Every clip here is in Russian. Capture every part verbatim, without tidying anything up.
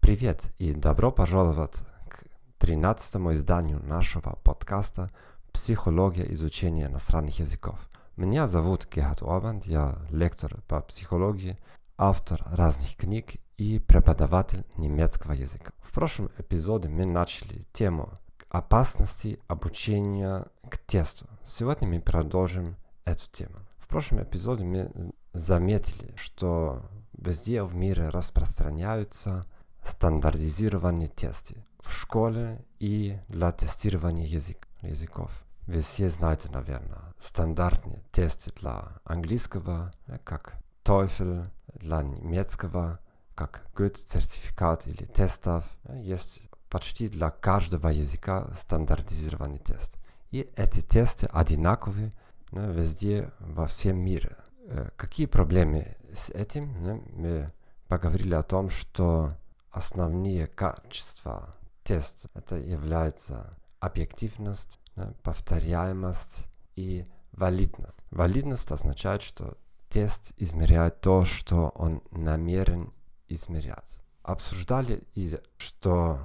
Привет и добро пожаловать к тринадцатому изданию нашего подкаста «Психология изучения иностранных языков». Меня зовут Герхард Орбанд, я лектор по психологии, автор разных книг и преподаватель немецкого языка. В прошлом эпизоде мы начали тему опасности обучения к тесту. Сегодня мы продолжим эту тему. В прошлом эпизоде мы заметили, что везде в мире распространяются стандартизированные тесты в школе и для тестирования язык, языков. Вы все знаете, наверное, стандартные тесты для английского, как TOEFL, для немецкого, как Goethe-сертификат или тестов. Есть почти для каждого языка стандартизированный тест. И эти тесты одинаковые везде во всем мире. Какие проблемы с этим? Мы поговорили о том, что основные качества теста это является объективность, повторяемость и валидность. Валидность означает, что тест измеряет то, что он намерен измерять. Обсуждали, что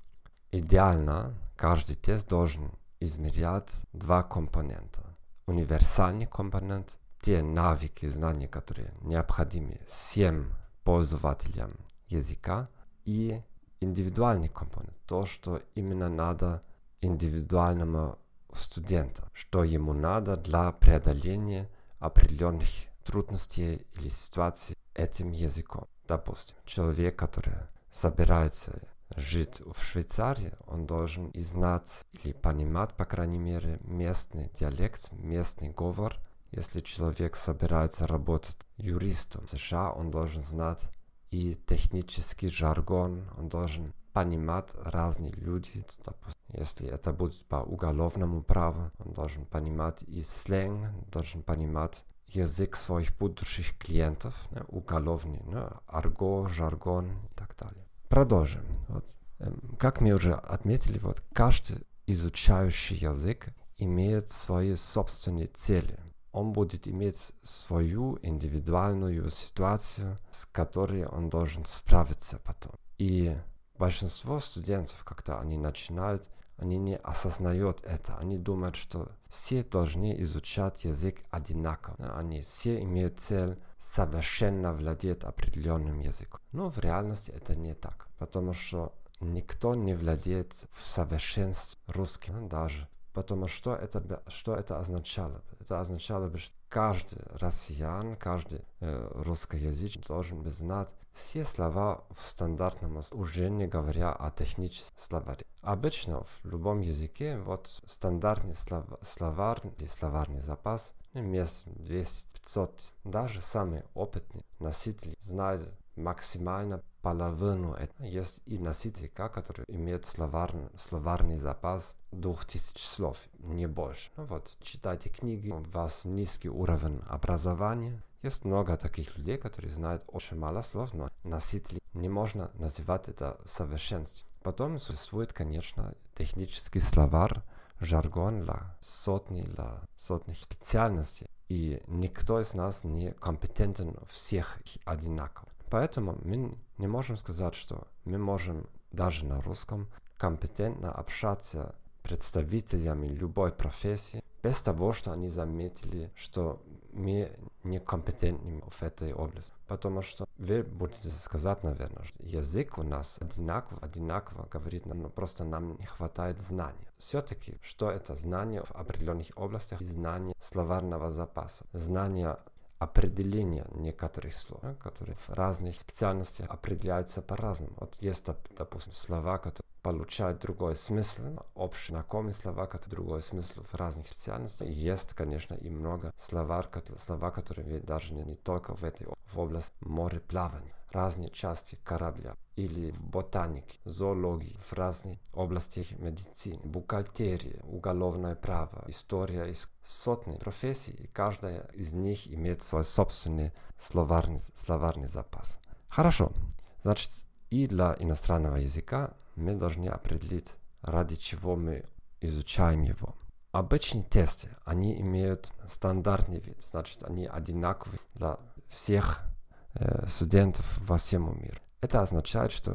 идеально каждый тест должен измерять два компонента. Универсальный компонент, те навыки, знания, которые необходимы всем пользователям языка, и индивидуальный компонент, то, что именно надо индивидуальному студенту, что ему надо для преодоления определенных трудностей или ситуаций этим языком. Допустим, человек, который собирается жить в Швейцарии, он должен и знать или понимать, по крайней мере, местный диалект, местный говор. Если человек собирается работать юристом в США, он должен знать и технический жаргон, он должен понимать разные люди. Допустим, если это будет по уголовному праву, он должен понимать и сленг, должен понимать язык своих будущих клиентов, не, уголовный, не, арго, жаргон и так далее. Продолжим. Вот, эм, как мы уже отметили, вот, каждый изучающий язык имеет свои собственные цели. Он будет иметь свою индивидуальную ситуацию, с которой он должен справиться потом. И большинство студентов, когда они начинают, они не осознают это. Они думают, что все должны изучать язык одинаково. Они все имеют цель совершенно владеть определенным языком. Но в реальности это не так. Потому что никто не владеет в совершенстве русским даже. Потому что это, что это означало? Это означало бы, что каждый россиян, каждый э, русскоязычный должен бы знать все слова в стандартном, уже не говоря о техническом словаре. Обычно в любом языке вот стандартный слов, словарь или словарный запас мест двести-пятьсот. Даже самые опытные носители знают максимально половину. Есть и носители, которые имеют словарный, словарный запас двух тысяч слов, не больше. Ну вот, читайте книги, у вас низкий уровень образования. Есть много таких людей, которые знают очень мало слов, но носители не можно называть это совершенством. Потом существует, конечно, технический словарь, жаргон для сотни, для сотни специальностей. И никто из нас не компетентен всех одинаково. Поэтому мы не можем сказать, что мы можем даже на русском компетентно общаться с представителями любой профессии, без того, что они заметили, что мы некомпетентны в этой области. Потому что вы будете сказать, наверное, что язык у нас одинаково, одинаково говорит нам, но просто нам не хватает знаний. Все-таки, что это знание в определенных областях, знание словарного запаса, знание определения некоторых слов, которые в разных специальностях определяются по-разному. Вот есть, допустим, слова, которые получают другой смысл, общие знакомые слова, которые другой смысл в разных специальностях. И есть, конечно, и много слова, слова, которые даже не, не только в этой в области мореплавания, разные части корабля, или в ботанике, зоологии, в разных областях медицины, бухгалтерии, уголовное право, история, сотни профессий, и каждая из них имеет свой собственный словарный, словарный запас. Хорошо, значит, и для иностранного языка мы должны определить, ради чего мы изучаем его. Обычные тесты, они имеют стандартный вид, значит, они одинаковые для всех э, студентов во всем мире. Это означает, что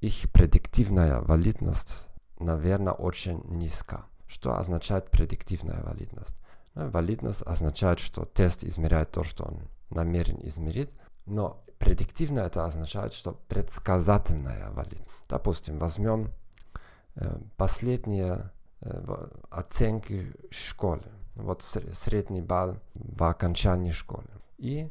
их предиктивная валидность, наверное, очень низка. Что означает предиктивная валидность? Валидность означает, что тест измеряет то, что он намерен измерить, но предиктивно это означает, что предсказательная валидность. Допустим, возьмем э, последние э, оценки в школе, вот средний балл в окончании школы, и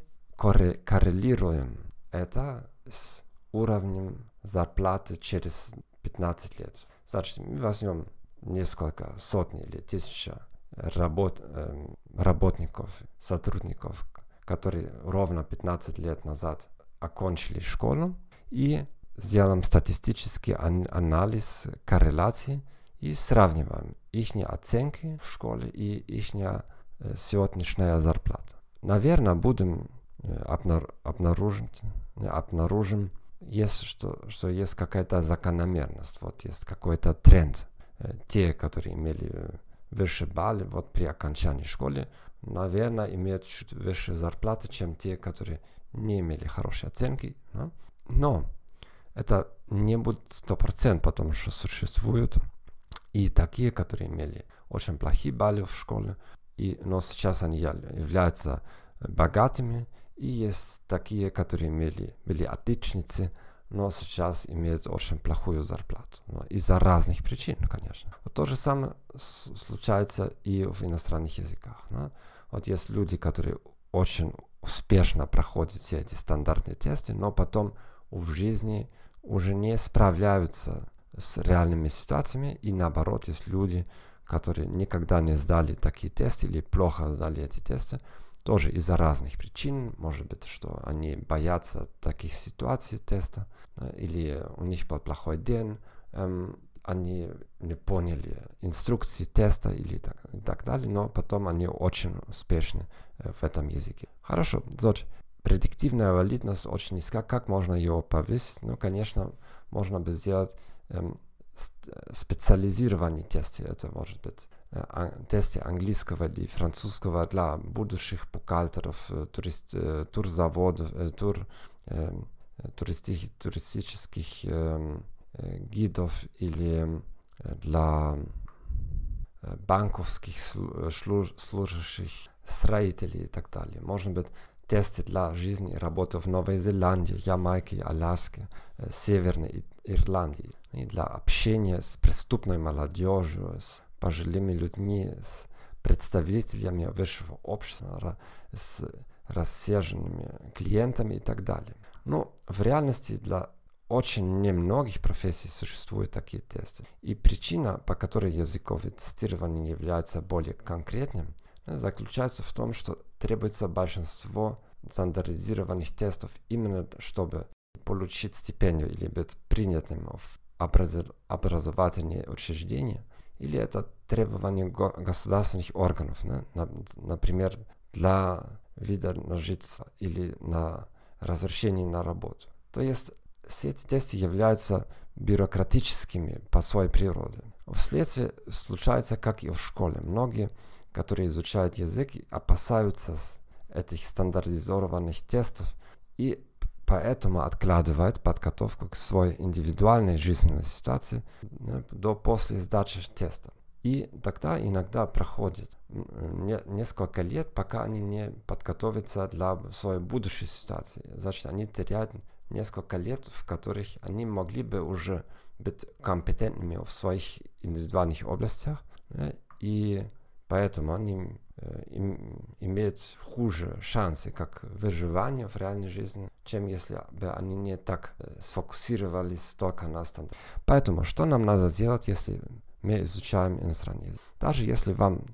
коррелируем это с уровнем зарплаты через пятнадцать лет. Значит, мы возьмем несколько сотен или тысяч работ, э, работников, сотрудников, которые ровно пятнадцать лет назад окончили школу, и сделаем статистический ан- анализ корреляции и сравниваем их оценки в школе и их э, сегодняшняя зарплата. Наверное, будем э, обнар- обнаружить, э, обнаружим, есть, что, что есть какая-то закономерность, вот есть какой-то тренд. Э, те, которые имели выше баллы вот при окончании школы, наверное, имеют чуть выше зарплаты, чем те, которые не имели хорошие оценки. Да? Но это не будет сто процентов, потому что существуют и такие, которые имели очень плохие баллы в школе, и, но сейчас они являются богатыми. И есть такие, которые имели, были отличницы, но сейчас имеют очень плохую зарплату. Но из-за разных причин, конечно. Вот то же самое случается и в иностранных языках. Да? Вот есть люди, которые очень успешно проходят все эти стандартные тесты, но потом в жизни уже не справляются с реальными ситуациями. И наоборот, есть люди, которые никогда не сдали такие тесты или плохо сдали эти тесты, тоже из-за разных причин. Может быть, что они боятся таких ситуаций теста, или у них был плохой день, эм, они не поняли инструкции теста или так, и так далее, но потом они очень успешны э, в этом языке. Хорошо, значит, предиктивная валидность очень низка. Как можно ее повысить? Ну, конечно, можно бы сделать эм, специализированные тесты. Это может быть э, тесты английского или французского для будущих бухгалтеров, э, турист, э, турзаводов, э, тур, э, туристи, туристических э, э, гидов или э, для э, банковских служ, служащих, строителей и так далее. Может быть, тесты для жизни и работы в Новой Зеландии, Ямайке, Аляске, э, Северной Ирландии. И для общения с преступной молодежью, с пожилыми людьми, с представителями высшего общества, с рассерженными клиентами и так далее. Но в реальности для очень немногих профессий существуют такие тесты. И причина, по которой языковое тестирование является более конкретным, заключается в том, что требуется большинство стандартизированных тестов именно чтобы получить стипендию или быть принятым в образовательные учреждения, или это требование го- государственных органов, да? Например, для вида на жительство или на разрешение на работу. То есть все эти тесты являются бюрократическими по своей природе. Вследствие случается, как и в школе. Многие, которые изучают язык, опасаются этих стандартизированных тестов и поэтому откладывает подготовку к своей индивидуальной жизненной ситуации до после сдачи теста. И тогда иногда проходит не, несколько лет, пока они не подготовятся для своей будущей ситуации. Значит, они теряют несколько лет, в которых они могли бы уже быть компетентными в своих индивидуальных областях, и поэтому они им, имеют хуже шансы как выживания в реальной жизни, чем если бы они не так сфокусировались только на стандарте. Поэтому что нам надо сделать, если мы изучаем иностранный язык? Даже если вам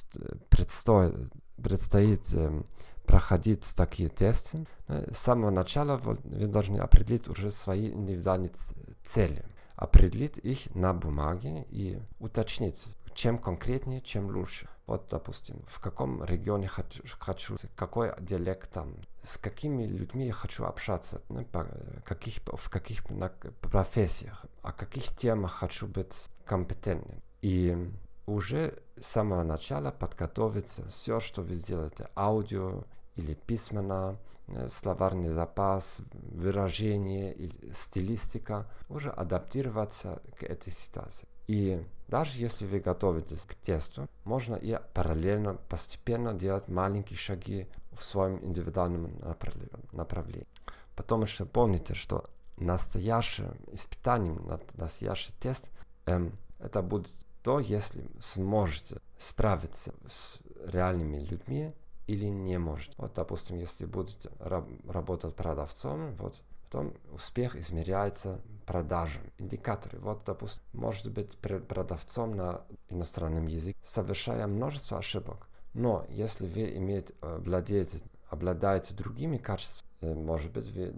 предстоит, предстоит э, проходить такие тесты, э, с самого начала вы, вы должны определить уже свои индивидуальные цели, определить их на бумаге и уточнить, чем конкретнее, чем лучше. Вот, допустим, в каком регионе хочу, хочу какой диалект там, с какими людьми я хочу общаться, ну, по, каких, в каких на, профессиях, о каких темах хочу быть компетентным. И уже с самого начала подготовиться все, что вы сделаете, аудио, или письменно, словарный запас, выражение или стилистика, уже адаптироваться к этой ситуации. И даже если вы готовитесь к тесту, можно и параллельно, постепенно делать маленькие шаги в своем индивидуальном направлении. Потому что помните, что настоящее испытание, настоящий тест, эм, это будет то, если сможете справиться с реальными людьми или не можете. Вот, допустим, если будете раб- работать продавцом, вот, потом успех измеряется продажами. Индикаторы. Вот, допустим, может быть продавцом на иностранном языке, совершая множество ошибок. Но если вы имеете, владеете, обладаете другими качествами, может быть, вы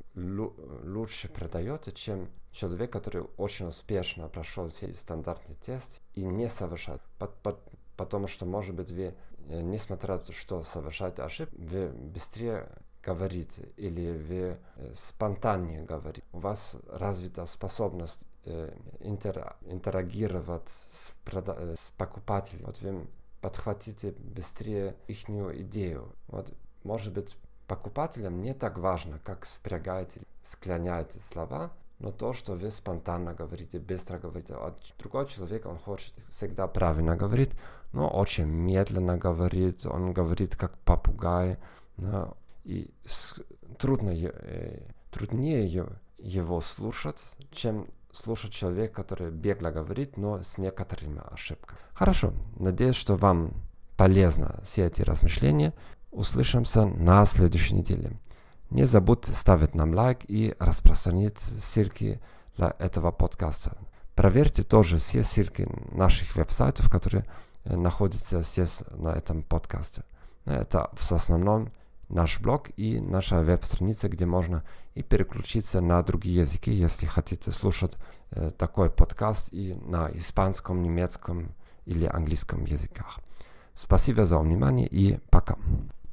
лучше продаете, чем человек, который очень успешно прошел все стандартные тесты и не совершает. Потому что, может быть, вы, несмотря на то, что совершаете ошибки, вы быстрее говорите или вы спонтаннее говорите. У вас развита способность э, интер, интерагировать с, прода- с покупателем. Вот вы подхватите быстрее их идею. Вот, может быть, покупателям не так важно, как спрягаете, склоняете слова, но то, что вы спонтанно говорите, быстро говорите. А другой человек, он хочет всегда правильно говорить, но очень медленно говорит, он говорит как попугай, да, и с, трудно, э, труднее его, его слушать, чем слушать человека, который бегло говорит, но с некоторыми ошибками. Хорошо, надеюсь, что вам полезно все эти размышления. Услышимся на следующей неделе. Не забудьте ставить нам лайк и распространить ссылки для этого подкаста. Проверьте тоже все ссылки наших веб-сайтов, которые находятся здесь на этом подкасте. Это в основном наш блог и наша веб-страница, где можно и переключиться на другие языки, если хотите слушать э, такой подкаст и на испанском, немецком или английском языках. Спасибо за внимание и пока.